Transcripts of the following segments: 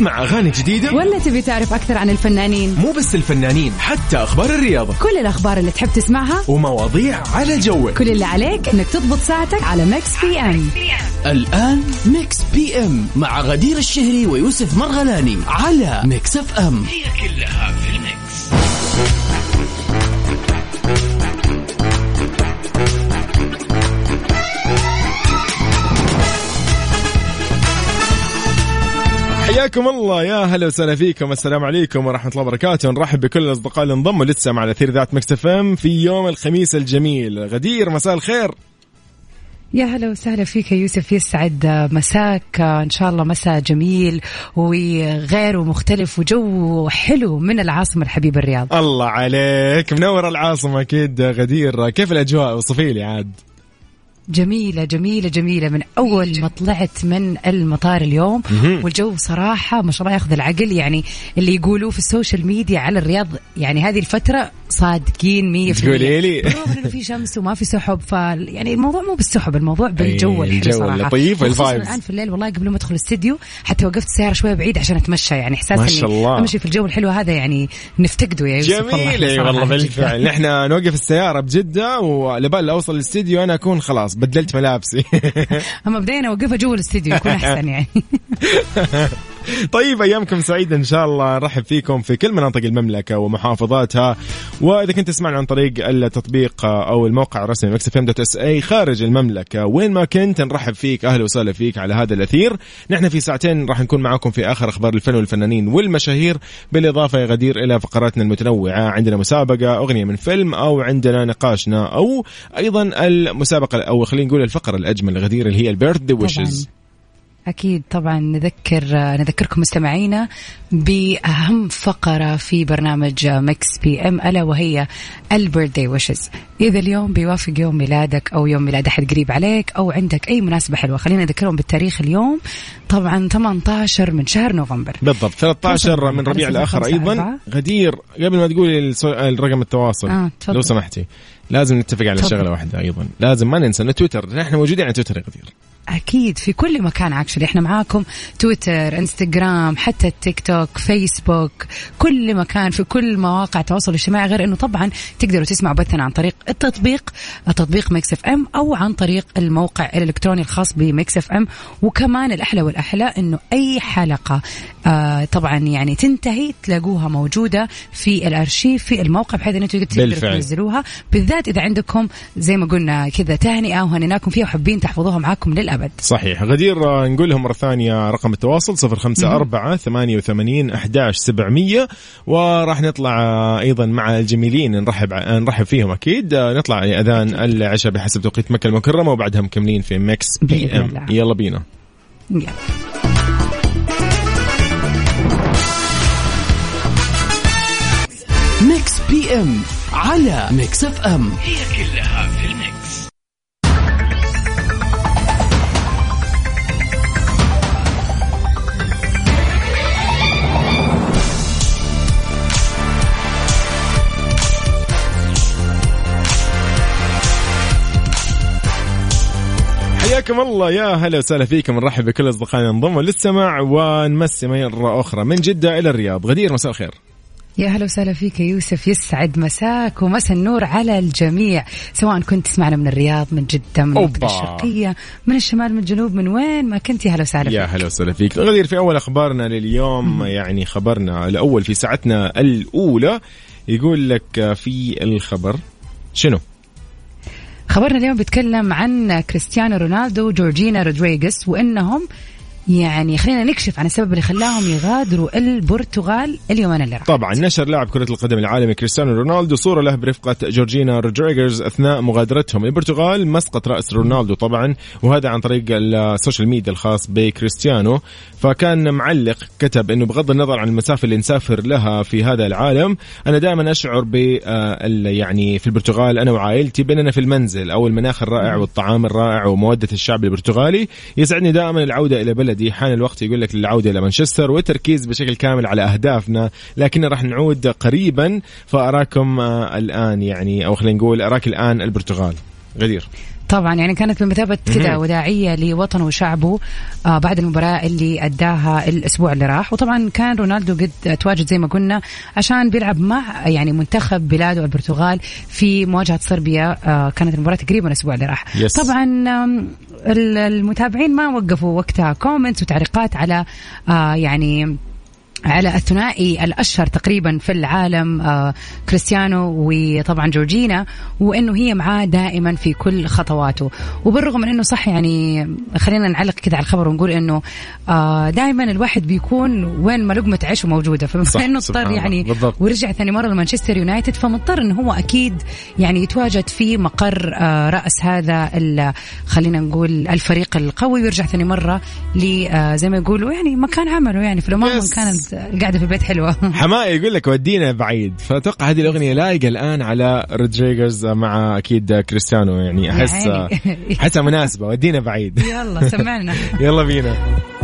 تسمع أغاني جديدة ولا تبي تعرف أكثر عن الفنانين؟ مو بس الفنانين، حتى أخبار الرياضة، كل الأخبار اللي تحب تسمعها ومواضيع على جوك. كل اللي عليك إنك تضبط ساعتك على ميكس بي ام. الآن ميكس بي ام مع غدير الشهري ويوسف مرغلاني على ميكس اف ام. هي كلها في الميكس. حياكم الله، يا هلا وسهلا فيكم، السلام عليكم ورحمة الله وبركاته. نرحب بكل الأصدقاء اللي انضموا لسه مع الأثير ذات ميكس اف ام في يوم الخميس الجميل. غدير، مساء الخير. يا هلا وسهلا فيك يوسف، يسعد مساك، إن شاء الله مساء جميل وغير ومختلف وجو حلو من العاصمة الحبيبة الرياض. الله عليك، منور العاصمة أكيد. غدير، كيف الأجواء؟ وصفي لي عاد. جميلة جميلة جميلة من أول ما طلعت من المطار اليوم، والجو صراحة ما شاء الله ياخذ العقل. يعني اللي يقولوا في السوشيال ميديا على الرياض يعني هذه الفترة صادقين 100%. تقولي لي بالرغم إنه في شمس وما في سحب، يعني الموضوع مو بالسحب، الموضوع بالجو الحلو صراحة. اللطيف والفايبز. الآن في الليل والله قبل ما أدخل الاستديو حتى وقفت السيارة شوية بعيد عشان أتمشى، يعني إحساس إني أمشي في الجو الحلو هذا يعني نفتقده يا يوسف. جميل والله بالفعل. نحن نوقف السيارة بجدة ولبال أوصل الاستديو أنا أكون خلاص بدلت ملابسي. أما بدينا أوقفها جوا الاستديو يكون أحسن يعني. طيب، أيامكم سعيدة إن شاء الله. نرحب فيكم في كل مناطق المملكة ومحافظاتها، وإذا كنت تسمعنا عن طريق التطبيق أو الموقع الرسمي mixfm.sa خارج المملكة، وين ما كنت نرحب فيك، أهلا وسهلا فيك على هذا الأثير. نحن في ساعتين راح نكون معكم في آخر أخبار الفن والفنانين والمشاهير، بالإضافة يا غدير إلى فقراتنا المتنوعة. عندنا مسابقة أغنية من فيلم، أو عندنا نقاشنا، أو أيضا المسابقة أو خلينا نقول الفقرة الأجمل غدير اللي هي البيرثدي ويشز. أكيد طبعا نذكركم مستمعينا بأهم فقرة في برنامج ميكس بي ام، ألا وهي البيرثدي ويشز. إذا اليوم بيوافق يوم ميلادك أو يوم ميلاد أحد قريب عليك أو عندك أي مناسبة حلوة، خلينا نذكرهم بالتاريخ. اليوم طبعا 18 من شهر نوفمبر، بالضبط 13 من ربيع الآخر. أيضا غدير، قبل ما تقولي الرقم التواصل لو سمحتي، لازم نتفق على شغلة واحدة أيضا، لازم ما ننسى إن تويتر، نحن موجودين على تويتر يا غدير. أكيد في كل مكان، عكشلي إحنا معاكم تويتر، انستغرام، حتى التيك توك، فيسبوك، كل مكان، في كل مواقع التواصل الاجتماعي. غير إنه طبعا تقدروا تسمعوا بثنا عن طريق تطبيق ميكس اف ام، أو عن طريق الموقع الإلكتروني الخاص بميكس اف ام. وكمان الأحلى والأحلى إنه أي حلقة طبعا يعني تنتهي تلاقوها موجودة في الأرشيف في الموقع، بحيث إن أنتوا تقدروا تنزلوها، بالذات إذا عندكم زي ما قلنا كذا تهنئة وهنناكم فيها وحابين تحفظوها معاكم للأبد. صحيح غدير. نقول لهم مرة ثانية رقم التواصل 0548811700، وراح نطلع أيضا مع الجميلين نرحب فيهم أكيد. نطلع أذان العشاء بحسب توقيت مكة المكرمة، وبعدها مكملين في ميكس بي ام. يلا بينا. ميكس بي ام على ميكس اف ام، هي كلها في الميكس. حياكم الله، يا هلا وسهلا فيكم. نرحب بكل أصدقائنا انضموا للسماع، ونمسي مرة أخرى من جدة إلى الرياض. غدير، مساء الخير. يا هلا وسهلا فيك يا يوسف، يسعد مساك ومسا النور على الجميع، سواء كنت تسمعنا من الرياض، من جدة، من المنطقة الشرقية، من الشمال، من الجنوب، من وين ما كنت. يا هلا وسهلا فيك. يا هلا وسهلا فيك غدير. في أول أخبارنا لليوم يعني خبرنا الأول في ساعتنا الأولى يقول لك في الخبر شنو؟ خبرنا اليوم بيتكلم عن كريستيانو رونالدو وجورجينا رودريغيز، وإنهم يعني خلينا نكشف عن السبب اللي خلاهم يغادروا البرتغال اليومين اللي راحوا. طبعا نشر لاعب كرة القدم العالمي كريستيانو رونالدو صورة له برفقة جورجينا رودريغيز أثناء مغادرتهم البرتغال، مسقط رأس رونالدو طبعا، وهذا عن طريق السوشيال ميديا الخاص بكريستيانو. فكان معلق كتب إنه بغض النظر عن المسافة اللي نسافر لها في هذا العالم، أنا دائما أشعر يعني في البرتغال أنا وعائلتي بأننا في المنزل، أو المناخ الرائع والطعام الرائع ومودة الشعب البرتغالي يسعدني دائما العودة إلى بلدي. حان الوقت يقول لك للعودة إلى مانشستر والتركيز بشكل كامل على أهدافنا، لكن راح نعود قريبا، فأراكم الآن يعني، أو خلينا نقول أراك الآن البرتغال. غدير. طبعا يعني كانت بمثابة كذا وداعية لوطنه وشعبه بعد المباراة اللي أداها الأسبوع اللي راح. وطبعا كان رونالدو قد تواجد زي ما قلنا عشان بيلعب مع يعني منتخب بلاده البرتغال في مواجهة صربيا. كانت المباراة تقريبا الأسبوع اللي راح. طبعا المتابعين ما وقفوا وقتها كومنتس وتعليقات على يعني على الثنائي الأشهر تقريبا في العالم كريستيانو وطبعا جورجينا، وإنه هي معاه دائما في كل خطواته. وبالرغم من إنه صح يعني خلينا نعلق كذا على الخبر ونقول إنه دائما الواحد بيكون وين ما لقمة عيشه موجودة، فبما إنه اضطر يعني بالضبط. ورجع ثاني مرة لمانشستر يونايتد، فمضطر إنه هو أكيد يعني يتواجد في مقر رأس هذا خلينا نقول الفريق القوي، ويرجع ثاني مرة زي ما يقولوا يعني مكان عمله يعني في الأمم كانت قاعدة في البيت حلوة. حماية يقول لك ودينا بعيد، فأتوقع هذه الأغنية لايقة الآن على رودريغرز مع أكيد كريستيانو، يعني أحسها مناسبة. ودينا بعيد. يلا سمعنا. يلا بينا.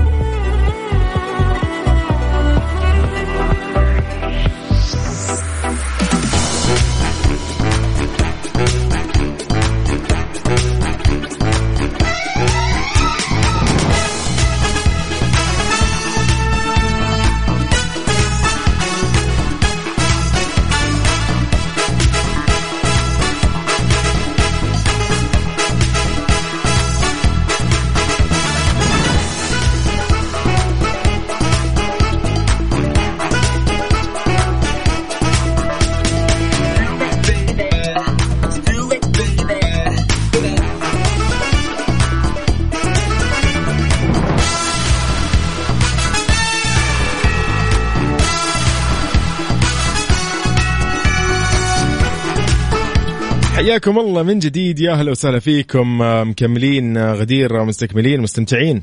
حياكم الله من جديد، يا هلا وسهلا فيكم. مكملين غدير، مستكملين مستمتعين.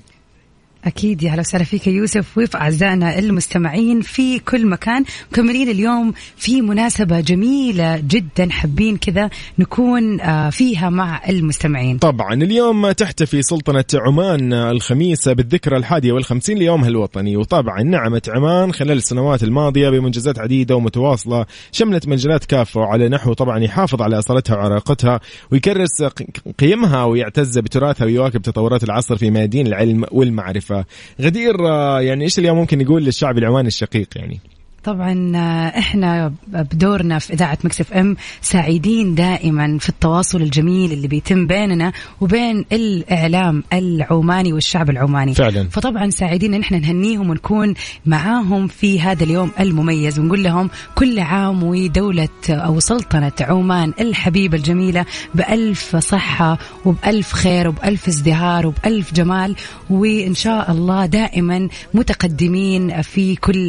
أكيد يا هلا وسهلا فيك يوسف وفي أعزائنا المستمعين في كل مكان. مكملين اليوم في مناسبة جميلة جدا، حابين كذا نكون فيها مع المستمعين. طبعا اليوم تحتفي سلطنة عمان الخميس بالذكرى 51 ليومها الوطني، وطبعا نعمت عمان خلال السنوات الماضية بمنجزات عديدة ومتواصلة شملت مجالات كافة، وعلى نحو طبعا يحافظ على أصالتها وعراقتها ويكرس قيمها ويعتز بتراثها ويواكب تطورات العصر في ميادين العلم والمعرفة. غدير يعني إيش اليوم ممكن نقول للشعب العماني الشقيق؟ يعني طبعا احنا بدورنا في إذاعة ميكس اف ام سعيدين دائما في التواصل الجميل اللي بيتم بيننا وبين الإعلام العماني والشعب العماني فعلا. فطبعا سعيدين ان احنا نهنيهم ونكون معاهم في هذا اليوم المميز، ونقول لهم كل عام ودولة أو سلطنة عمان الحبيبة الجميلة بألف صحة وبألف خير وبألف ازدهار وبألف جمال، وإن شاء الله دائما متقدمين في كل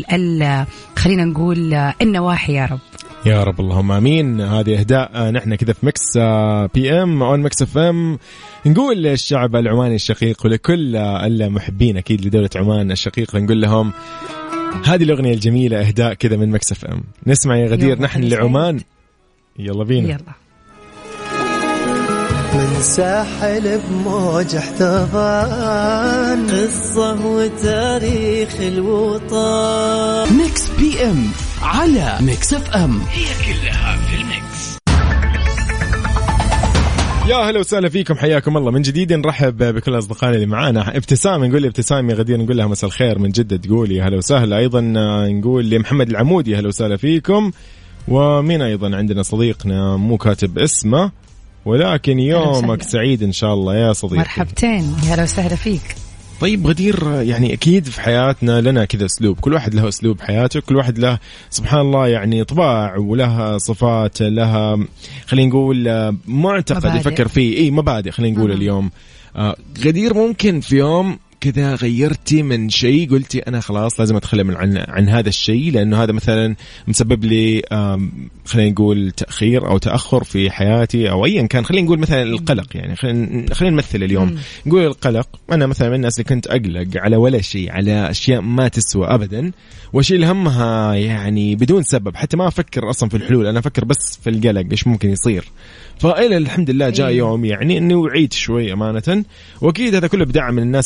خلينا نقول النواحي يا رب. يا رب اللهم امين. هذه اهداء نحن كذا في ميكس بي ام اون ميكس اف ام نقول للشعب العماني الشقيق ولكل المحبين اكيد لدولة عمان الشقيقة، نقول لهم هذه الاغنية الجميلة اهداء كذا من ميكس اف ام. نسمع يا غدير نحن لعمان. يلا بينا. يلا. من ساحل بموج احتضان قصة وتاريخ الوطن. ميكس بي ام على ميكس اف ام، هي كلها في الميكس. يا هلا وسهلا فيكم، حياكم الله من جديد. نرحب بكل أصدقائنا اللي معانا. ابتسام نقول لي ابتسام يا غدير نقول لها مساء الخير من جدة، تقولي هلا وسهلا. أيضا نقول لمحمد العمودي هلا وسهلا فيكم. ومين أيضا عندنا صديقنا مو كاتب اسمه ولكن يومك سعيد إن شاء الله يا صديقي. مرحبتين يا هلا وسهلا فيك. طيب غدير يعني أكيد في حياتنا لنا كذا أسلوب، كل واحد له أسلوب حياته، كل واحد له سبحان الله يعني طباع ولها صفات، لها خلينا نقول معتقد مبادئ. يفكر فيه مبادئ خلينا نقول. اليوم غدير ممكن في يوم كذا غيرتي من شيء قلتي أنا خلاص لازم أتخلى عن هذا الشيء لأنه هذا مثلا مسبب لي خلينا نقول تأخير أو تأخر في حياتي أو أيا كان. خلينا نقول مثلا القلق، يعني خلينا نمثل اليوم نقول القلق. أنا مثلا من الناس اللي كنت أقلق على ولا شيء، على أشياء ما تسوى أبدا وأشيل همها يعني بدون سبب، حتى ما أفكر أصلا في الحلول، أنا أفكر بس في القلق إيش ممكن يصير. فإلى الحمد لله جاء يوم يعني إنه وعيت شوي أمانة، وأكيد هذا كله بدعم من الناس اللي حولنا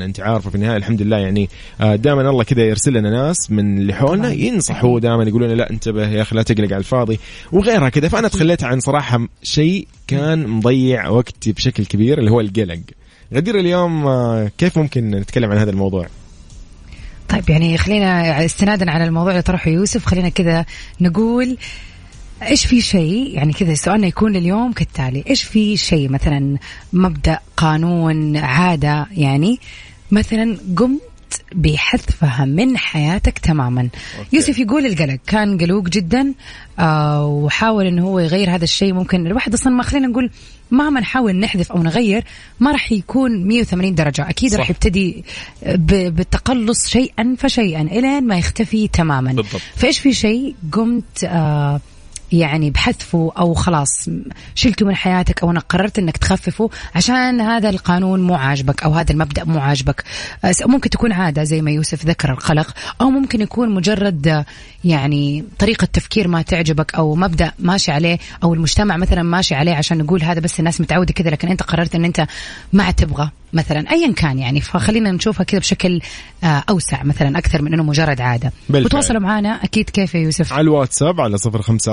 لأن أنت عارفة في النهاية الحمد لله يعني دائما الله كذا يرسل لنا ناس من اللي حولنا ينصحوا دائما يقولون لا انتبه يا أخي لا تقلق على الفاضي وغيرها كذا. فأنا تخليت عن صراحة شيء كان مضيع وقتي بشكل كبير اللي هو القلق. غدير اليوم كيف ممكن نتكلم عن هذا الموضوع؟ طيب يعني خلينا استنادا على الموضوع اللي طرحه يوسف خلينا كذا نقول إيش في شيء يعني كذا سؤالنا يكون اليوم كالتالي: إيش في شيء مثلا مبدأ قانون عادة يعني مثلا قمت بحذفها من حياتك تماما؟ أوكي. يوسف يقول القلق كان قلوق جدا وحاول إنه هو يغير هذا الشيء. ممكن الواحد أصلا ما خلينا نقول مهما نحاول نحذف أو نغير ما راح يكون 180 درجة أكيد. راح يبتدي بالتقلص شيئا فشيئا إلين ما يختفي تماما. بالضبط. فإيش في شيء قمت يعني بحذفه أو خلاص شلته من حياتك أو أنا قررت أنك تخففه عشان هذا القانون مو عاجبك أو هذا المبدأ مو عاجبك؟ ممكن تكون عادة زي ما يوسف ذكر القلق، أو ممكن يكون مجرد يعني طريقة تفكير ما تعجبك أو مبدأ ماشي عليه أو المجتمع مثلا ماشي عليه عشان نقول هذا بس الناس متعودة كذا لكن أنت قررت أن أنت ما تبغى مثلا أيا كان يعني. فخلينا نشوفها كذا بشكل أوسع مثلا أكثر من أنه مجرد عادة. وتواصلوا معنا أكيد. كيف يا يوسف؟ على الواتساب على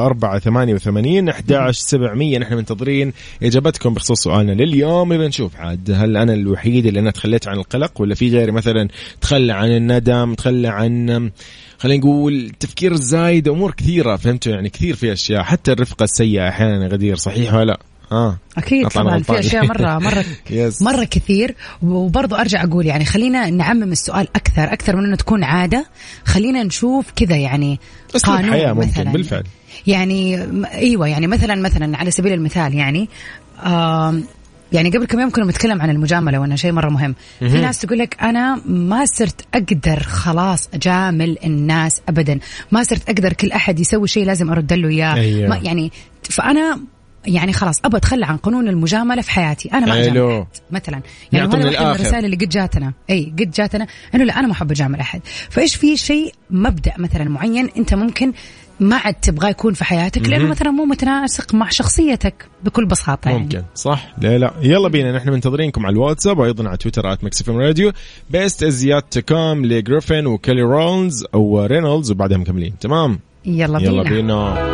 0548811700 نحن منتظرين إجابتكم بخصوص سؤالنا لليوم. بنشوف عاد هل أنا الوحيد اللي أنا تخليت عن القلق ولا في غيري مثلا تخلى عن الندم، تخلى عن خلينا نقول تفكير الزايد، أمور كثيرة فهمتوا يعني كثير في أشياء، حتى الرفقة السيئة أحيانا غدير، صحيح ولا؟ أكيد طبعا في أشياء مرة كثير. وبرضو أرجع أقول يعني خلينا نعمم السؤال أكثر من أنه تكون عادة. خلينا نشوف كذا يعني قانون حياة ممكن بالفعل يعني أيوة يعني مثلا على سبيل المثال يعني يعني قبل كم يوم كنا نتكلم عن المجاملة وأنها شيء مرة مهم. في ناس تقول لك أنا ما صرت أقدر خلاص أجامل الناس أبدا، ما صرت أقدر كل أحد يسوي شيء لازم أرد له إياه. أيوة. يعني فأنا يعني خلاص أبى أتخلى عن قانون المجاملة في حياتي، أنا ما أجامل مثلا يعني هذا واحد من الرسائل اللي قد جاتنا إنه لا أنا ما أحب أجامل أحد. فإيش في شيء مبدأ مثلا معين أنت ممكن ما عاد تبغى يكون في حياتك لأنه مثلا مو متناسق مع شخصيتك بكل بساطة يعني. ممكن صح. لا يلا بينا نحن منتظرينكم على الواتساب وأيضا على تويتر @mixfmradio. بيست زيادتكم لجريفن وكيلي رولز أو رينولدز وبعدها مكملين. تمام يلا بينا.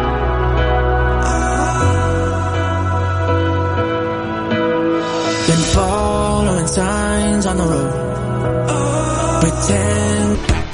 Been following signs on the road. Pretend.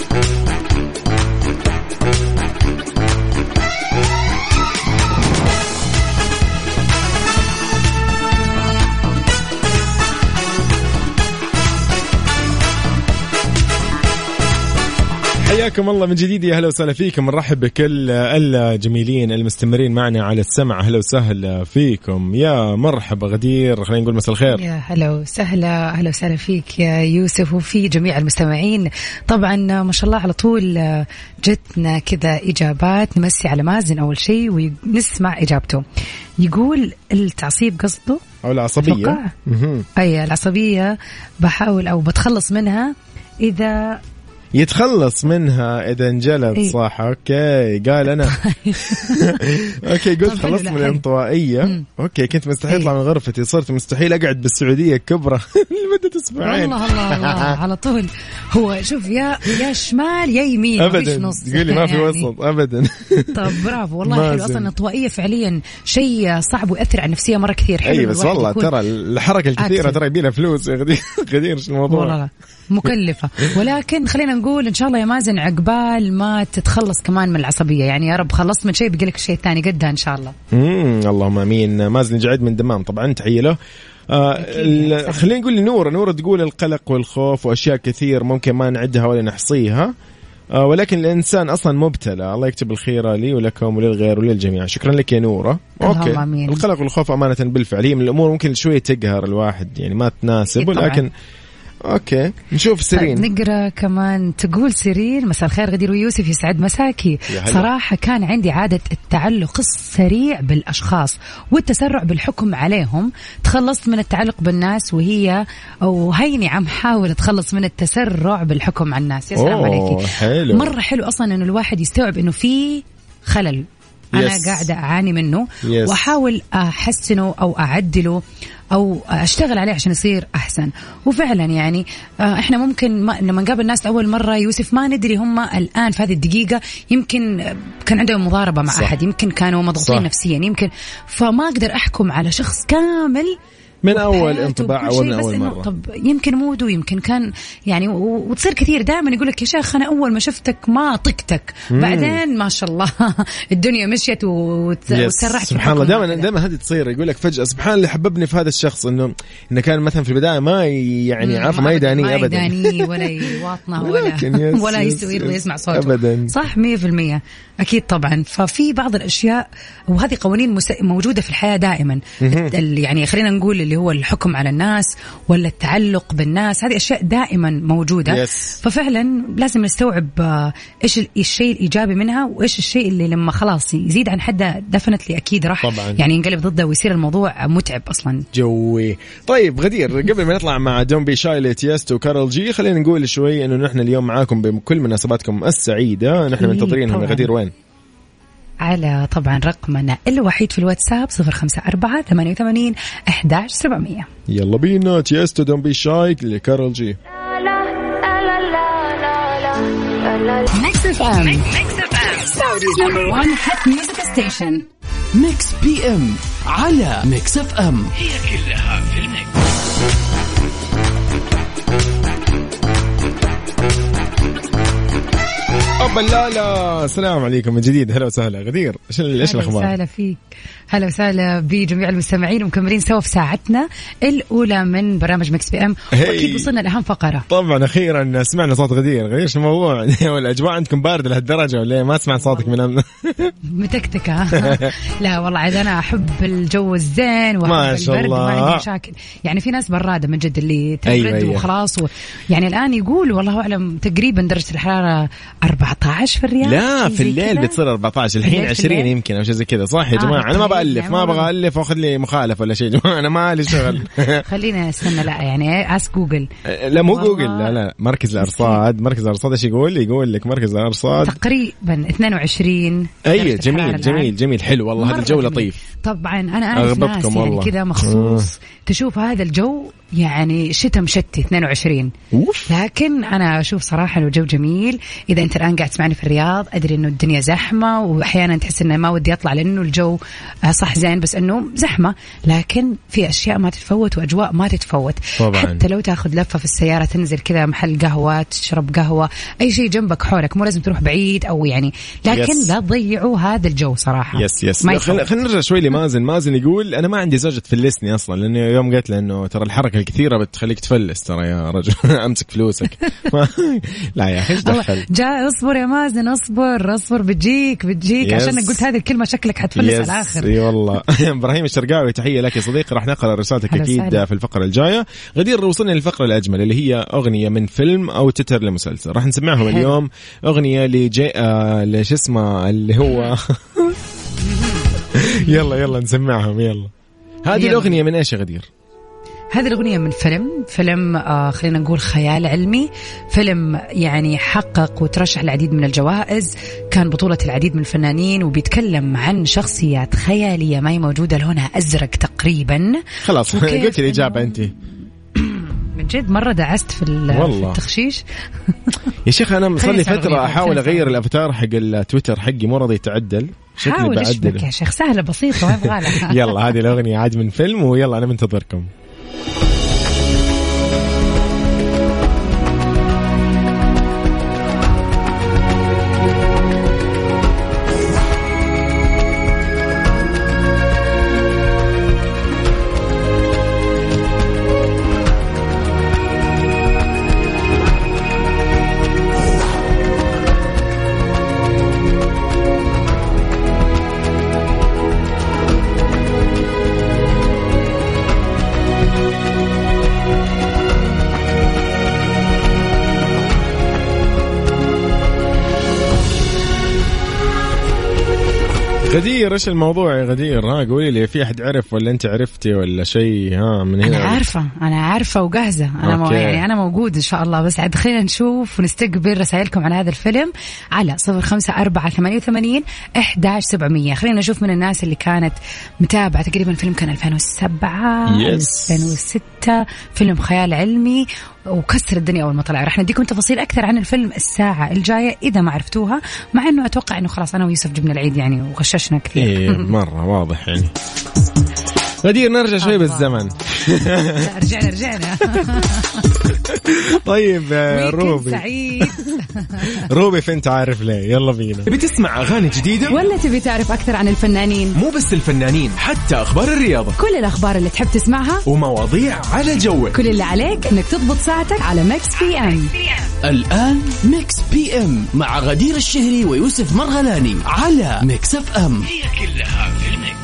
حياكم الله من جديد، يا هلا وسهلا فيكم. نرحب بكل الجميلين المستمرين معنا على السمع. هلا وسهلا فيكم، يا مرحبا غدير، خلينا نقول مساء الخير. يا هلا وسهلا فيك يا يوسف وفي جميع المستمعين. طبعا ما شاء الله على طول جتنا كذا إجابات. نمسي على مازن أول شيء ونسمع إجابته. يقول التعصيب قصده أو العصبية. أي العصبية بحاول أو بتخلص منها إذا يتخلص منها إذا انجلب. صح أوكي. قال أنا أوكي قلت خلصت من الانطوائية. أوكي كنت مستحيل أطلع من غرفتي، صرت مستحيل أقعد بالسعودية كبرى لمدة أسبوعين. الله على طول. هو شوف يا شمال يا يمين أبدا، نص تقولي ما في وسط أبدا. طب برافو والله حلو. أصلا الانطوائية فعليا شيء صعب ويأثر على النفسية مرة كثير. أي بس والله ترى الحركة الكثيرة ترى يبيلها فلوس يا غدير الموضوع والله مكلفة. ولكن خلينا نقول إن شاء الله يا مازن عقبال ما تتخلص كمان من العصبية، يعني يا رب خلصت من شيء بيجيلك شيء ثاني قدها إن شاء الله. اللهم آمين. مازن جعد من دمام طبعا، تحية له. خلينا نقول نورة تقول القلق والخوف وأشياء كثير ممكن ما نعدها ولا نحصيها، ولكن الإنسان أصلا مبتلى. الله يكتب الخير لي ولكم وللغير وللجميع. شكرا لك يا نورة. أوكي. القلق والخوف أمانة بالفعل هي من الأمور ممكن شوية تقهر الواحد، يعني ما تناسب، ولكن اوكي نشوف سيرين. طيب نقرا كمان. تقول سيرين مساء الخير غدير ويوسف، يسعد مساكي. صراحه كان عندي عاده التعلق السريع بالاشخاص والتسرع بالحكم عليهم. تخلصت من التعلق بالناس وهيني عم حاول اتخلص من التسرع بالحكم على الناس. يا سلام عليكي. حلو. مره حلو اصلا انه الواحد يستوعب انه في خلل أنا قاعدة أعاني منه وأحاول أحسنه أو أعدله أو أشتغل عليه عشان يصير أحسن. وفعلا يعني إحنا ممكن لما نقابل الناس أول مرة يوسف ما ندري هم الآن في هذه الدقيقة يمكن كان عندهم مضاربة مع أحد، يمكن كانوا مضغوطين نفسيا، يمكن فما أقدر أحكم على شخص كامل من أول انطباع أو من أول مرة. طب يمكن موده يمكن كان يعني وتصير كثير دائما يقول لك يا شيخ أنا أول ما شفتك ما طقتك، بعدين ما شاء الله الدنيا مشيت وتسرحت. سبحان الله دائما هذه تصير، يقول لك فجأة سبحان الله حببني في هذا الشخص، إنه كان مثلا في البداية ما يعني عارف ما يداني أبدا، ما يداني ولا يواطنه ولا يرضى يسمع صوته أبدا. صح 100% أكيد طبعا. ففي بعض الأشياء وهذه قوانين موجودة في الحياة دائما، يعني خلينا نقول اللي هو الحكم على الناس ولا التعلق بالناس، هذه أشياء دائما موجودة. ففعلا لازم نستوعب إيش الشيء الإيجابي منها وإيش الشيء اللي لما خلاص يزيد عن حده دفنتلي أكيد راح يعني ينقلب ضده ويصير الموضوع متعب أصلا. جوي. طيب غدير، قبل ما نطلع مع دون بي شاي لتيستو وكارل جي، خلينا نقول شوي إنه نحن اليوم معاكم بكل مناسباتكم السعيدة، نحن منتظرينهم. غدير وين؟ على طبعا رقمنا الوحيد في الواتساب 0548811700. يلا بينا تيستو دون بي شاي لكارل جي. ميكس اف ام سعوديز نمبر 1 هات ميوزك ستيشن. ميكس بي ام على ميكس اف ام، هي كلها في الميكس. لا السلام عليكم من جديد. هلا وسهلا غدير، ايش الاخبار؟ هلا فيك، هلا وسهلا بجميع المستمعين، ومكملين سوا في ساعتنا الاولى من برنامج مكس بي ام. واكيد وصلنا لاهم فقره. طبعا اخيرا سمعنا صوت غدير شو الموضوع؟ والاجواء عندكم بارده لهالدرجه ولا ما سمعت صوتك من متكتكه؟ لا والله عاد انا احب الجو الزين واحب البرد، ما عندي مشاكل. يعني في ناس براده من جد اللي تبرد وخلاص يعني الان يقول والله اعلم تقريبا درجه الحراره 14 في الرياض. لا في الليل بتصير 14 الحين 20 يمكن او شيء زي كذا. صح يا جماعه انا ما بألف ما ابغى ألف واخذ لي مخالف ولا شيء جماعه، انا ما لي شغل. خلينا استنى، لا يعني اس جوجل. لا مو جوجل، لا مركز الارصاد. مركز الارصاد ايش يقول لك مركز الارصاد تقريبا 22. اي جميل حلو والله. هذا الجو لطيف. طبعا انا اعرف ناس يعني كذا مخصوص تشوف هذا الجو يعني شتاء مشتي 22. لكن انا اشوف صراحه انه الجو جميل. اذا انت الان قاعد تسمعني في الرياض ادري انه الدنيا زحمه واحيانا تحس انه ما ودي اطلع لانه الجو صح زين بس انه زحمه، لكن في اشياء ما تتفوت واجواء ما تتفوت طبعا. حتى لو تاخذ لفه في السياره، تنزل كذا محل قهوه تشرب قهوه، اي شيء جنبك حولك، مو لازم تروح بعيد او يعني، لكن لا تضيعوا هذا الجو صراحه. خلينا نرجع شوي لمازن يقول انا ما عندي زوجة تفلسني اصلا، لانه يوم قلت له انه ترى الحركه الكثيره بتخليك تفلس ترى يا رجل. امسك فلوسك. لا يا اخي ايش دخل؟ اصبر يا مازن، اصبر بتجيك عشان قلت هذه الكلمه شكلك حتفلس على الاخر. اي والله. ابراهيم الشرقاوي تحيه لك يا صديقي، راح نقرا رسالتك اكيد في الفقره الجايه. غدير وصلنا للفقره الاجمل اللي هي اغنيه من فيلم او تتر لمسلسل. راح نسمعهم اليوم اغنيه ليش اسمه اللي هو يلا نسمعهم يلا. هذه الاغنيه من ايش يا غدير؟ هذه الأغنية من فيلم خلينا نقول خيال علمي، فيلم يعني حقق وترشح العديد من الجوائز، كان بطولة العديد من الفنانين، وبيتكلم عن شخصيات خيالية ما هي موجودة، لونها أزرق تقريبا. خلاص قلت الإجابة أنت. من جد مرة دعست في التخشيش. يا شيخ أنا صار لي فترة أحاول أغير الأفاتار حق التويتر حقي مو راضي يتعدل. حاول اشبك يا شيخ، سهلة بسيطة ما يبغى لها. يلا هذه الأغنية عاد من فيلم، ويلا أنا منتظركم. غدير ايش الموضوع يا غدير؟ ها قولي لي، في احد عرف ولا انت عرفتي ولا شيء؟ ها من هنا انا عارفه وجاهزه، انا يعني انا موجود ان شاء الله. بس عاد خلينا نشوف ونستقبل رسائلكم على هذا الفيلم على 0548811700. خلينا نشوف من الناس اللي كانت متابعه. تقريبا الفيلم كان 2007 2006، فيلم خيال علمي وكسر الدنيا أول ما طلع. رح نديكم تفاصيل أكثر عن الفيلم الساعة الجاية إذا ما عرفتوها، مع أنه أتوقع أنه خلاص أنا ويوسف جبنا العيد يعني وغششنا كثير. إيه مرة واضح يعني. غدير نرجع شوي بالزمن. رجعنا. طيب روبي سعيد. روبي فين تعرف ليه؟ يلا بينا. تبي تسمع أغاني جديدة ولا تبي تعرف أكثر عن الفنانين؟ مو بس الفنانين، حتى أخبار الرياضة، كل الأخبار اللي تحب تسمعها ومواضيع على جوك. كل اللي عليك إنك تضبط ساعتك على ميكس بي ام. الآن ميكس بي ام مع غدير الشهري ويوسف مرغلاني على ميكس اف ام. هي كلها في الميكس.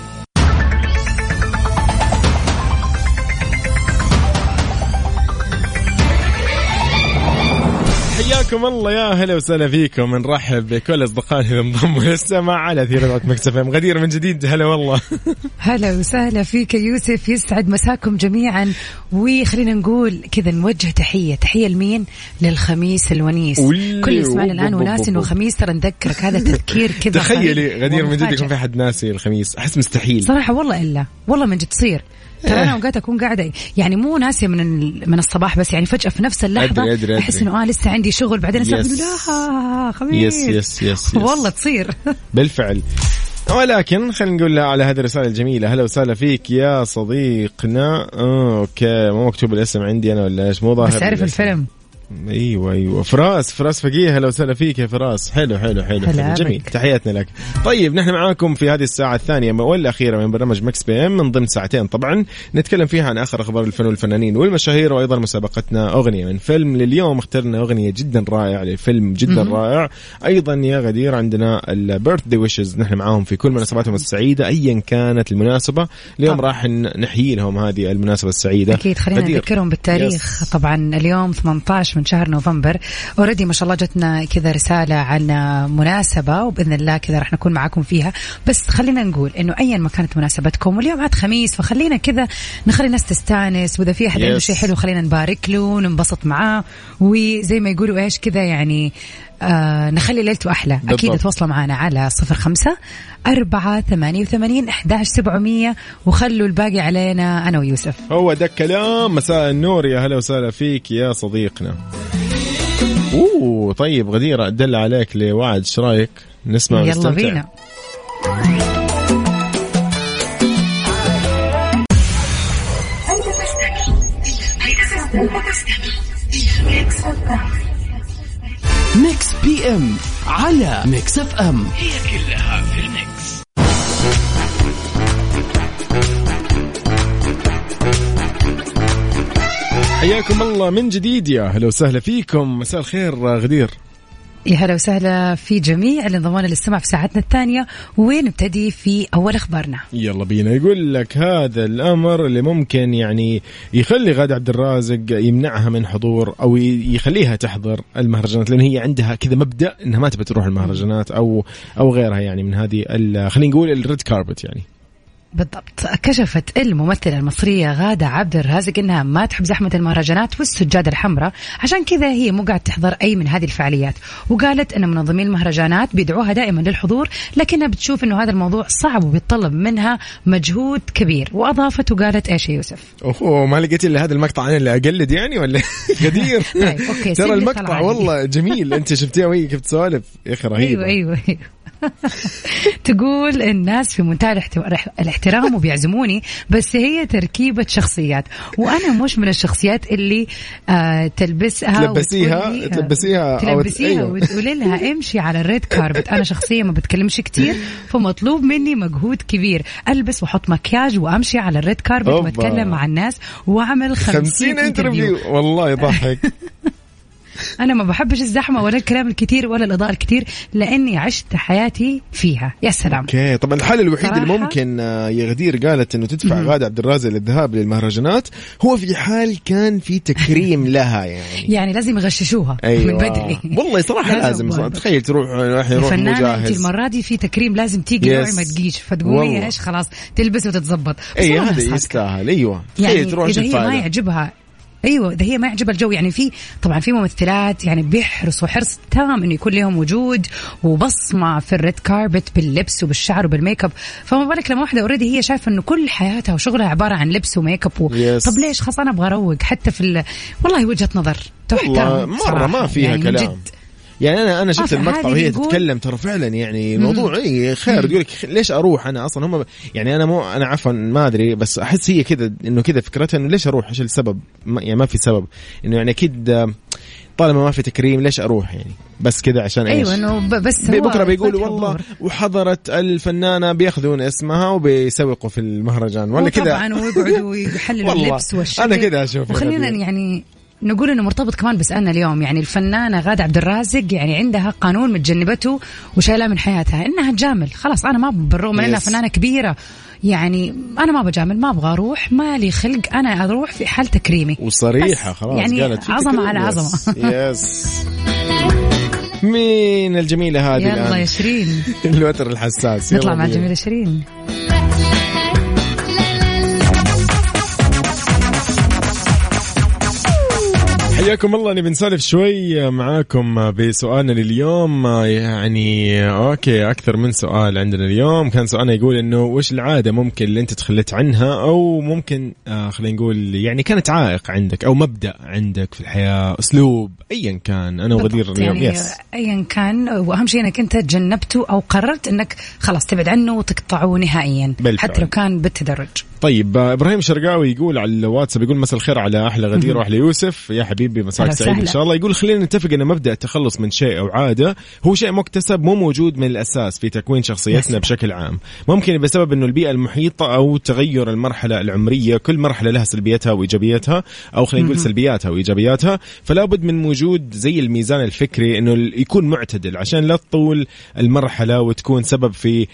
حياكم الله، يا هلا وسهلا فيكم. نرحب بكل أصدقائنا اللي انضموا للسماع على ثيرات ميكس اف ام. غدير من جديد هلا والله. هلا وسهلا فيك يوسف، يسعد مساكم جميعا. وخلينا نقول كذا نوجه تحية لمين؟ للخميس الونيس. كل يسمعنا الآن وناس إنه خميس، ترى نذكرك هذا تذكير كذا. تخيلي غدير من جد يكون في حد ناسي الخميس، أحس مستحيل صراحة والله. إلا والله من جد تصير. ترى أنا أوقات أكون قاعدة يعني مو ناسية من الصباح، بس يعني فجأة في نفس اللحظة أدري. أحس إنه لسه عندي شغل، بعدين أسمع لا خميس. يس والله تصير. بالفعل. ولكن خلينا نقول على هذه الرسالة الجميلة. هلا وسهلا فيك يا صديقنا. أوكي مو مكتوب الاسم عندي أنا ولا إيش؟ مو ظاهر بس تعرف الفيلم. ايوه فراس فقيه. هلا وسهلا فيك يا فراس. حلو جميل، تحياتنا لك. طيب نحن معاكم في هذه الساعة الثانية والأخيرة من برنامج مكس بي ام، من ضمن ساعتين طبعا نتكلم فيها عن آخر أخبار الفن والفنانين والمشاهير، وأيضا مسابقتنا أغنية من فيلم. لليوم اخترنا أغنية جدا رائعة للفيلم جدا رائع. أيضا يا غدير عندنا البيرثدي ويشز، نحن معاهم في كل مناسباتهم السعيدة أيا كانت المناسبة. اليوم راح نحيي لهم هذه المناسبة السعيدة. أكيد خلينا نذكرهم بالتاريخ. طبعا اليوم 18 من شهر نوفمبر. أوريدي ما شاء الله جتنا كذا رسالة عن مناسبة، وبإذن الله كذا رح نكون معاكم فيها. بس خلينا نقول إنه أيا ما كانت مناسبتكم، واليوم عاد خميس، فخلينا كذا نخلي الناس تستانس، وإذا في أحد عنده شيء حلو خلينا نبارك له وننبسط معاه، وزي ما يقولوا إيش كذا يعني نخلي ليلته أحلى. أكيد تواصلوا معنا على 0548811700 وخلوا الباقي علينا أنا ويوسف. هو ده الكلام. مساء النور، يا هلا وسهلا فيك يا صديقنا. طيب غديرة أدل عليك لوعد، ايش رايك نسمع ونستمتع؟ يلا بينا. ميكس بي ام على ميكس اف ام. هي كلها في الميكس. حياكم الله من جديد، يا هلا وسهلا فيكم. مساء الخير غدير. يا هلا وسهلا في جميع اللي انضمونا للسمع في ساعتنا الثانية، ونبتدي في أول أخبارنا. يلا بينا. يقول لك هذا الأمر اللي ممكن يعني يخلي غادة عبد الرازق يمنعها من حضور أو يخليها تحضر المهرجانات، لأن هي عندها كذا مبدأ إنها ما تبي تروح المهرجانات أو غيرها يعني من هذه خلينا نقول الريد كاربت يعني. بالضبط. كشفت الممثلة المصرية غادة عبد الرازق إنها ما تحب زحمة المهرجانات والسجادة الحمراء، عشان كذا هي مو قاعد تحضر أي من هذه الفعاليات. وقالت إن منظمين المهرجانات بيدعوها دائما للحضور، لكنها بتشوف إنه هذا الموضوع صعب وبيتطلب منها مجهود كبير. وأضافت وقالت إيش يا يوسف؟ ما لقيتي إلا هذا المقطع أنا اللي أقلد يعني ولا غدير؟ ترى المقطع والله جميل. أنت شفتيه وهي كيف تسولف يا أخي رهيبة. أيوة. تقول الناس في منتهى الاحترام وبيعزموني، بس هي تركيبة شخصيات، وأنا مش من الشخصيات اللي تلبسيها وتقولي لها امشي على الريد كاربت. أنا شخصية ما بتكلمش كتير، فمطلوب مني مجهود كبير، ألبس وحط مكياج وأمشي على الريد كاربت وأتكلم مع الناس وأعمل 50 انترفيو. والله يضحك. أنا ما بحبش الزحمة ولا الكلام الكتير ولا الإضاءة الكتير، لأني عشت حياتي فيها. يا سلام. اوكي طبعا الحل الوحيد اللي ممكن يا غدير قالت انه تدفع غادة عبد الرازق للذهاب للمهرجانات هو في حال كان في تكريم لها، يعني لازم يغششوها. أيوة. من بدري والله صراحة لازم تخيل تروح مجهز المرة دي في تكريم لازم تيجي نوعي ما تجيش، فتقول هي ايش خلاص تلبس وتتزبط. اي هذا يستاهل. ايوه يعني تروح إذا هي ما يعجبها، ايوه اذا هي ما يعجبها الجو، يعني في طبعا في ممثلات يعني بيحرصوا حرص تام انه يكون لهم وجود وبصمه في الريد كاربت باللبس وبالشعر وبالميك اب، فما بالك لما واحده اوريدي هي شايفه انه كل حياتها وشغلها عباره عن لبس وميك اب طب ليش خلاص انا ابغى اروق حتى في والله وجهه نظر تحترم مره ما فيها يعني كلام. يعني انا شفت المقطع وهي تتكلم ترى فعلا يعني الموضوع خير. يقول لك ليش اروح انا اصلا، هم يعني انا عفوا ما ادري، بس احس هي كذا انه كذا فكرتها انه ليش اروح، ايش السبب؟ يعني ما في سبب، انه يعني اكيد طالما ما في تكريم ليش اروح يعني، بس كذا عشان ايش؟ ايوه انه بس بكره بيقولوا والله وحضرت الفنانه بياخذون اسمها وبيسوقوا في المهرجان ولا كذا طبعا، ويقعدوا يحللوا اللبس والشكل. انا كذا اشوف. وخلينا يعني نقول انه مرتبط كمان بسألنا اليوم، يعني الفنانة غادة عبد الرازق يعني عندها قانون متجنبته وشايلاه من حياتها انها تجامل. خلاص انا ما بالرغم من انها فنانة كبيرة يعني انا ما بجامل، ما ابغى اروح، ما لي خلق انا اروح في حال تكريمي وصريحة خلاص يعني قالت عظمة على عظمة. يس مين الجميلة هذه الآن؟ يلا يا شيرين الوتر الحساس. نطلع مع الجميلة شيرين. حياكم الله. نبي نسولف شوي معاكم بسؤالنا لليوم. يعني اوكي اكثر من سؤال عندنا اليوم. كان سؤالنا يقول انه وش العادة ممكن اللي انت تخليت عنها، او ممكن خلينا نقول يعني كانت عائق عندك او مبدأ عندك في الحياة، اسلوب ايا كان. انا وغدير اليوم يعني ايا كان، واهم شيء انك انت تجنبته او قررت انك خلاص تبعد عنه وتقطعه نهائيا حتى لو كان بالتدرج. طيب ابراهيم شرقاوي يقول على الواتساب، يقول مساء الخير على احلى غدير واحلى يوسف، يا حبيبي مساك سعيد ان شاء الله. يقول خلينا نتفق ان مبدأ التخلص من شيء او عادة هو شيء مكتسب مو موجود من الاساس في تكوين شخصيتنا بشكل عام. ممكن بسبب انه البيئة المحيطة او تغير المرحلة العمرية، كل مرحلة لها سلبياتها وايجابياتها، او خلينا نقول سلبياتها وايجابياتها. فلا بد من وجود زي الميزان الفكري انه يكون معتدل عشان لا تطول المرحلة وتكون سبب في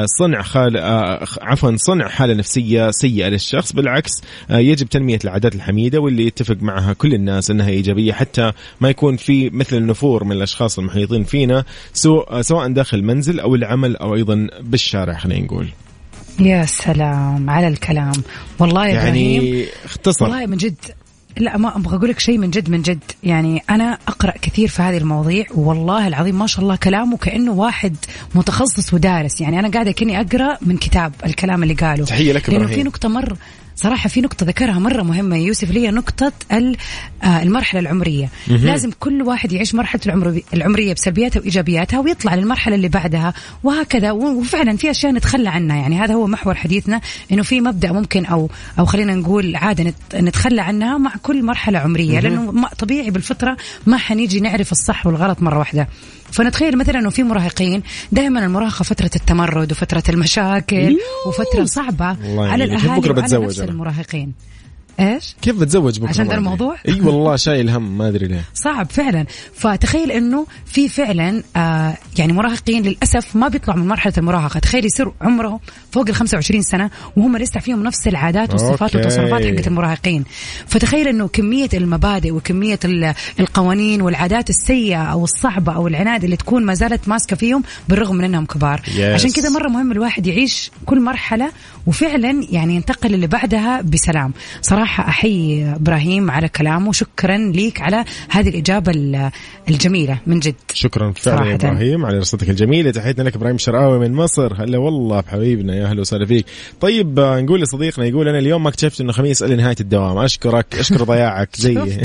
صنع حالة نفسية سيئة للشخص. بالعكس يجب تنمية العادات الحميدة واللي يتفق معها كل الناس انها ايجابية، حتى ما يكون في مثل النفور من الاشخاص المحيطين فينا، سواء داخل المنزل او العمل او ايضا بالشارع. خلينا نقول يا سلام على الكلام والله يا يعني إبراهيم. اختصر والله من جد، لا ما أبغى أقول لك شيء من جد يعني أنا أقرأ كثير في هذه المواضيع، والله العظيم ما شاء الله كلامه كأنه واحد متخصص ودارس. يعني أنا قاعدة كأني أقرأ من كتاب الكلام اللي قاله. تحية لك لأنه في نقطة مرة صراحة، في نقطة ذكرها مرة مهمة يوسف، اللي هي نقطة المرحلة العمرية. لازم كل واحد يعيش مرحلة العمرية بسلبياتها وإيجابياتها ويطلع للمرحلة اللي بعدها وهكذا. وفعلا في أشياء نتخلى عنها، يعني هذا هو محور حديثنا، إنه في مبدأ ممكن أو خلينا نقول عادة نتخلى عنها مع كل مرحلة عمرية، لأنه طبيعي بالفطرة ما حنيجي نعرف الصح والغلط مرة واحدة. فنتخيل مثلا انه في مراهقين دائما المراهقه فتره التمرد وفتره المشاكل وفتره صعبة على الاهالي وعلى نفس المراهقين. ايش كيف بتزوج بكره عشان ذا الموضوع؟ اي والله شايل هم ما ادري ليه صعب فعلا. فتخيل انه في فعلا يعني مراهقين للاسف ما بيطلعوا من مرحله المراهقه. تخيل يصير عمرهم فوق ال 25 سنه وهم لسه فيهم نفس العادات والصفات والتصرفات حقت المراهقين. فتخيل انه كميه المبادئ وكميه القوانين والعادات السيئه او الصعبه او العناد اللي تكون ما زالت ماسكه فيهم بالرغم من انهم كبار. عشان كذا مره مهم الواحد يعيش كل مرحله وفعلا يعني ينتقل اللي بعدها بسلام. صراحه أحيي إبراهيم على كلامه، شكرا ليك على هذه الإجابة الجميلة من جد. شكرا فعلا يا إبراهيم على رصتك الجميلة. تحياتنا لك إبراهيم شرقاوي من مصر. هلا والله بحبيبنا، يا أهلا وسهلا فيك. طيب نقول لصديقنا يقول أنا اليوم ما اكتشفت إنه خميس إلى نهاية الدوام. أشكرك ضياعك زي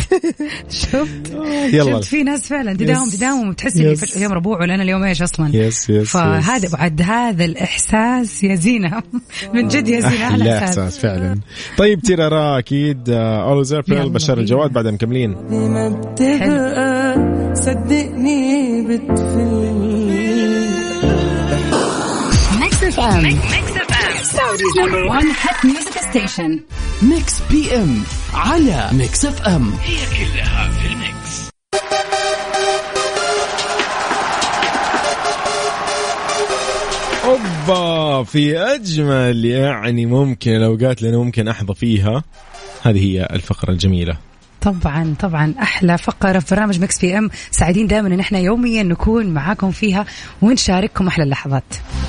شفت يلا في ناس فعلا تداوم وتحس إني اليوم ربوع ولا أنا اليوم إيش أصلا. فهذا بعد هذا الإحساس يا زينة من جد يا زينة أحلى إحساس فعلا. طيب تيرا أكيد أولوز أبريل بشار الجواد بعد مكملين. صدقني بتفل ميكس اف ام سعوديز نمبر 1 هات ميوزك ستيشن. ميكس بي ام على ميكس اف ام، هي كلها في الميكس. أوبا في أجمل يعني ممكن الأوقات اللي أنا ممكن أحظى فيها، هذه هي الفقرة الجميلة. طبعا أحلى فقرة في برنامج مكس بي ام، سعيدين دائما إن احنا يوميا نكون معاكم فيها ونشارككم أحلى اللحظات.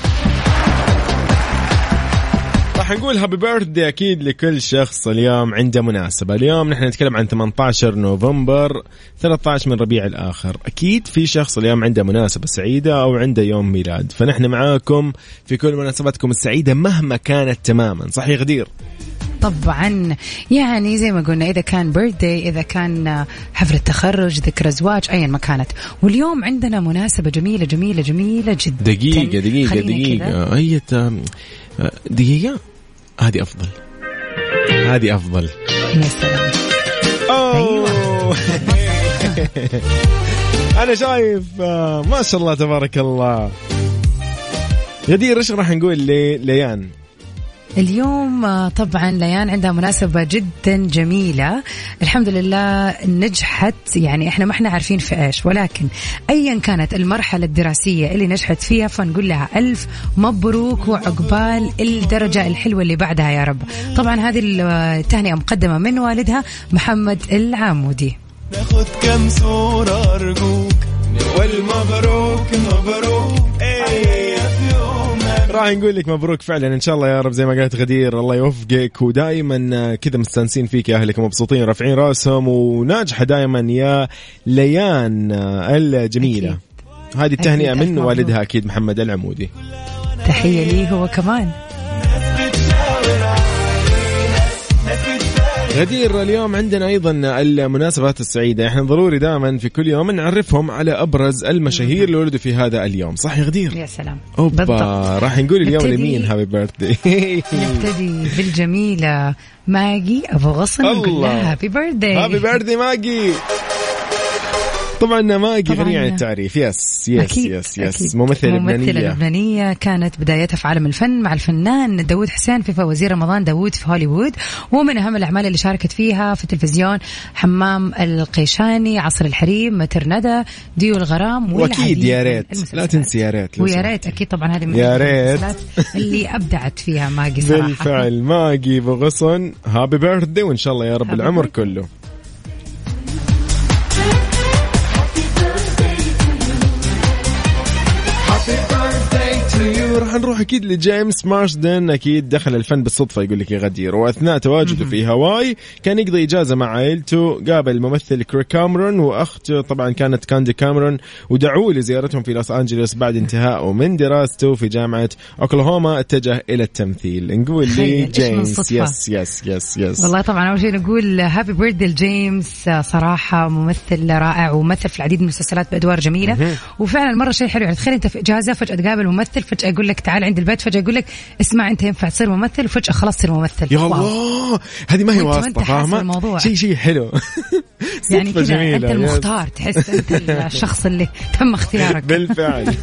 راح نقول هابي بيرثدي أكيد لكل شخص اليوم عنده مناسبة. اليوم نحن نتكلم عن 18 نوفمبر 13 من ربيع الآخر. أكيد في شخص اليوم عنده مناسبة سعيدة أو عنده يوم ميلاد، فنحن معاكم في كل مناسباتكم السعيدة مهما كانت تماما. صح يا غدير؟ طبعا يعني زي ما قلنا، إذا كان بيرثدي، إذا كان حفلة تخرج، ذكرى زواج، أيا ما كانت. واليوم عندنا مناسبة جميلة جميلة جميلة جدا. دقيقة هذه أفضل. يا سلام. أيوة. أنا شايف ما شاء الله تبارك الله. غدير إيش راح نقول ليان اليوم؟ طبعا ليان عندها مناسبة جدا جميلة، الحمد لله نجحت. يعني احنا ما احنا عارفين في ايش، ولكن ايا كانت المرحلة الدراسية اللي نجحت فيها فنقول لها ألف مبروك وعقبال الدرجة الحلوة اللي بعدها يا رب. طبعا هذه التهنئة مقدمة من والدها محمد العمودي. ناخد كم صورة أرجوك والمبروك مبروك راح نقول لك مبروك فعلا إن شاء الله يا رب. زي ما قالت غدير الله يوفقك، ودائما كذا مستانسين فيك يا أهلك، مبسوطين رافعين راسهم، وناجحة دائما يا ليان الجميلة. هذه التهنئة من والدها أكيد محمد العمودي. تحية لي هو كمان. غدير اليوم عندنا أيضا المناسبات السعيدة. احنا ضروري دائما في كل يوم نعرفهم على أبرز المشاهير اللي ولدوا في هذا اليوم. صح يا غدير؟ يا سلام. أوبا راح نقول اليوم لمين هابي بيرثدي. نبتدي بالجميلة ماجي أبو غصن، نقول لها هابي بيرثدي. هابي بيرثدي ماجي. طبعا ماجي غنية عن التعريف. يس ممثلة لبنانية كانت بدايتها في عالم الفن مع الفنان داود حسين في فوازير رمضان داود في هوليوود، ومن أهم الأعمال اللي شاركت فيها في التلفزيون حمام القيشاني، عصر الحريم، متر ندى، ديو الغرام، وأكيد يا ريت لا تنسي يا ريت. ويا ريت أكيد طبعا هذه من المسلسلات اللي أبدعت فيها ماجي صراحة. بالفعل ماجي بغصن هابي بيرثدي، وإن شاء الله يا رب العمر كله. راح نروح أكيد لجيمس مارشدن. أكيد دخل الفن بالصدفة يقول لك يا غدير، وأثناء تواجده في هاواي كان يقضي إجازة مع عائلته. قابل الممثل كريك كاميرون وأخته طبعا كانت كاندي كاميرون، ودعوه لزيارتهم في لوس أنجلوس بعد انتهائه من دراسته في جامعة أوكلاهوما. اتجه إلى التمثيل. نقول لي جيمس يس والله طبعا أول شيء نقول هابي بيرثدي لجيمس، صراحة ممثل رائع وممثل في العديد من المسلسلات بأدوار جميلة. وفعلا مرة شيء حلو، يعني تخيل أنت في إجازة فجأة تقابل ممثل، فجأة يقول لك تعال عند البيت، فجأة يقول لك اسمع أنت ينفع تصير ممثل، وفجأة خلاص تصير ممثل. يا الله هذه ما هي واسطة، فاهمة؟ شيء حلو. يعني كذا أنت المختار، تحس أنت الشخص اللي تم اختيارك. بالفعل.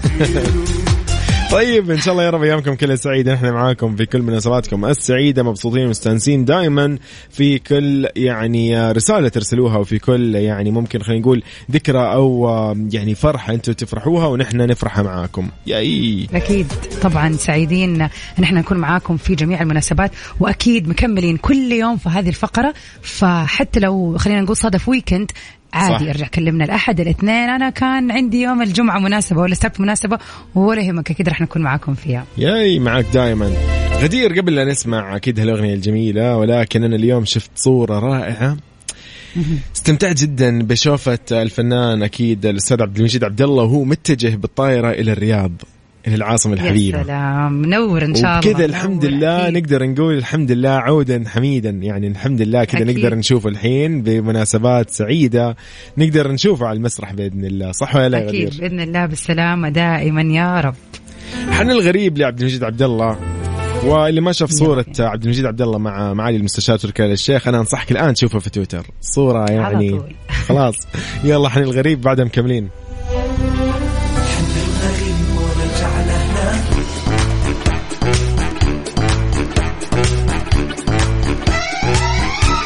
طيب إن شاء الله يا رب أيامكم كلها سعيدة. نحن معاكم في كل مناسباتكم السعيدة، مبسوطين ومستانسين دائما في كل يعني رسالة ترسلوها، وفي كل يعني ممكن خلينا نقول ذكرى أو يعني فرحة أنتوا تفرحوها ونحن نفرح معاكم. أكيد طبعا سعيدين نحن نكون معاكم في جميع المناسبات، وأكيد مكملين كل يوم في هذه الفقرة. فحتى لو خلينا نقول صادف ويكند عادي صح. ارجع كلمنا الأحد الاثنين، أنا كان عندي يوم الجمعة مناسبة ولا السبت مناسبة، ولا يهمك أكيد رح نكون معاكم فيها. معك دائما غدير. قبل لا نسمع أكيد هالأغنية الجميلة، ولكن أنا اليوم شفت صورة رائعة، استمتعت جدا بشوفة الفنان أكيد الأستاذ عبد المجيد عبد الله وهو متجه بالطائرة إلى الرياض، إلى العاصمة الحبيبة. يا سلام، منور إن شاء الله. وكذا الحمد لله أكيد. نقدر نقول الحمد لله عودا حميدا، يعني الحمد لله كذا نقدر نشوف الحين بمناسبات سعيدة نقدر نشوفه على المسرح بإذن الله. صح ولا لا غدير؟ أكيد بإذن الله بالسلامة دائما يا رب. حن الغريب لعبد المجيد عبد الله، واللي ما شاف صورة عبد المجيد عبد الله مع معالي المستشار تركي آل الشيخ أنا أنصحك الآن تشوفها في تويتر، صورة يعني خلاص. يلا حن الغريب بعدها مكملين.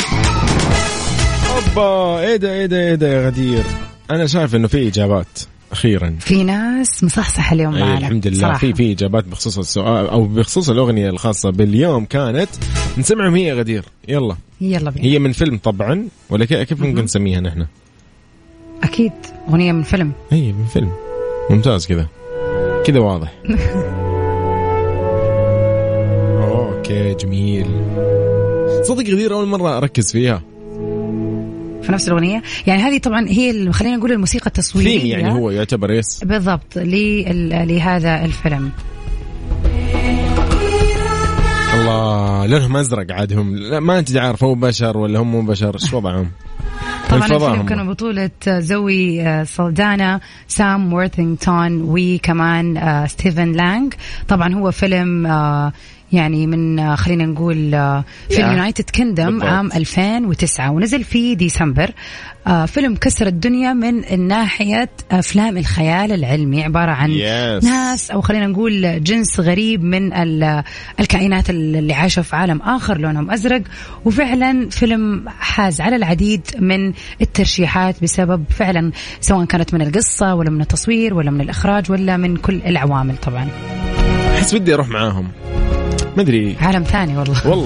ايه ده يا غدير، انا شايف انه في اجابات أخيرا في ناس مصحصح اليوم معنا الحمد لله صراحة. في إجابات بخصوص السؤال أو بخصوص الأغنية الخاصة باليوم كانت نسمعهم. هي غدير يلا بينا. هي من فيلم طبعا ولا كيف ممكن نسميها نحن؟ أكيد أغنية من فيلم. هي من فيلم ممتاز كذا واضح. اوكي جميل. صدق غدير اول مره اركز فيها في نفس الاغنيه يعني. هذه طبعا هي خلينا نقول الموسيقى التصويريه يعني هو يعتبر يس بالضبط لهذا الفيلم. الله لونهم ازرق عادهم. لا ما انت عارف هو بشر ولا هم مو بشر ايش وضعهم. طبعا الفيلم كان بطولة زوي سالدانا سام وورثينغتون وكمان ستيفن لانغ. طبعا هو فيلم يعني من خلينا نقول في اليونايتد كيندم عام 2009 ونزل في ديسمبر. فيلم كسر الدنيا من ناحية أفلام الخيال العلمي. عبارة عن ناس أو خلينا نقول جنس غريب من الكائنات اللي عايشة في عالم آخر لونهم أزرق. وفعلا فيلم حاز على العديد من الترشيحات بسبب فعلا سواء كانت من القصة ولا من التصوير ولا من الإخراج ولا من كل العوامل. طبعا أحس بدي أروح معاهم ما أدري عالم ثاني والله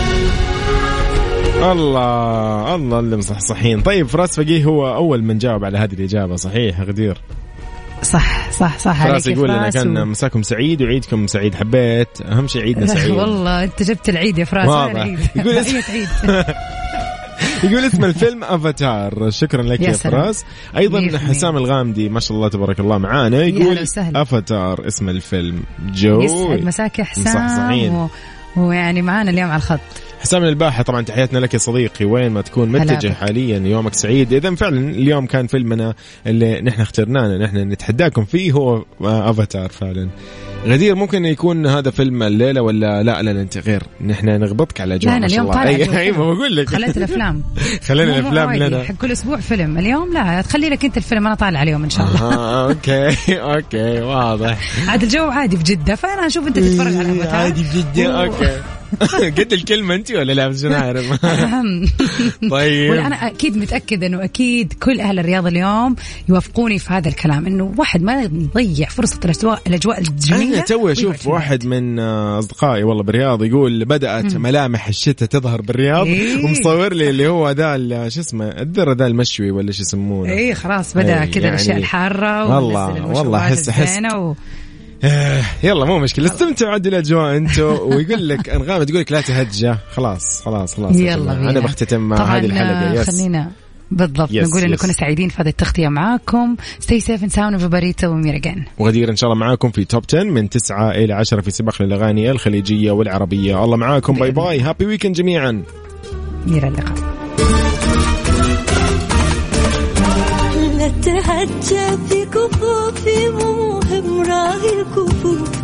الله اللي مصحصحين. طيب فراس فقيه هو أول من جاوب على هذه الإجابة صحيح غدير؟ صح فراس يقول لنا كان مساكم سعيد وعيدكم سعيد. حبيت أهم شيء عيدنا سعيد. والله أنت جبت العيد يا فراس. يقول يقول اسم الفيلم أفاتار. شكرا لك يا فراس. أيضا حسام الغامدي ما شاء الله تبارك الله معانا يقول أفاتار اسم الفيلم. جو يسعد مساك حسام ويعني معانا اليوم على الخط. حسام الباحة طبعا تحياتنا لك يا صديقي وين ما تكون متجه حاليا يومك سعيد. إذا فعلا اليوم كان فيلمنا اللي نحن اخترناه نحن نتحداكم فيه هو أفاتار فعلا. غدير ممكن يكون هذا فيلم الليلة ولا لا انت غير نحن نغبطك على جو. لا اليوم طالع ايوه بقول لك خليت الافلام خلينا الافلام لنا كل اسبوع فيلم. اليوم لا تخلي لك انت الفيلم انا طالع اليوم ان شاء الله. اوكي واضح. عاد الجو عادي بجدة فانا اشوف انت تتفرج على أفاتار عادي بجدة. اوكي قد الكلمة أنت ولا لا بس أنا عارف. طيب وأنا أكيد متأكد إنه أكيد كل أهل الرياض اليوم يوافقوني في هذا الكلام إنه واحد ما يضيع فرصة الأجواء الجميلة. أنا توي أشوف واحد من أصدقائي والله بالرياض يقول بدأت ملامح الشتاء تظهر بالرياض ومصور لي اللي هو ذا شو اسمه الذرة ذا المشوي ولا شو يسمونه. خلاص بدأ كذا يعني الأشياء الحارة. والله أحس يلا مو مشكلة استمتعوا عاد الأجواء أنتوا. ويقول لك أنغام تقول لك لا تهجة. خلاص يلا أنا بختتم هذه الحلقة. خلينا بالضبط نقول إن كنا سعيدين في هذه التغطية معاكم. Stay safe and sound everybody وميرجان وغدير إن شاء الله معاكم في توب 10 من 9 إلى 10 في سباق للأغاني الخليجية والعربية. الله معاكم. باي باي. هابي ويكند جميعا. إلى اللقاء. لا تهجى في كفوفي مو مهم راهي الكفوف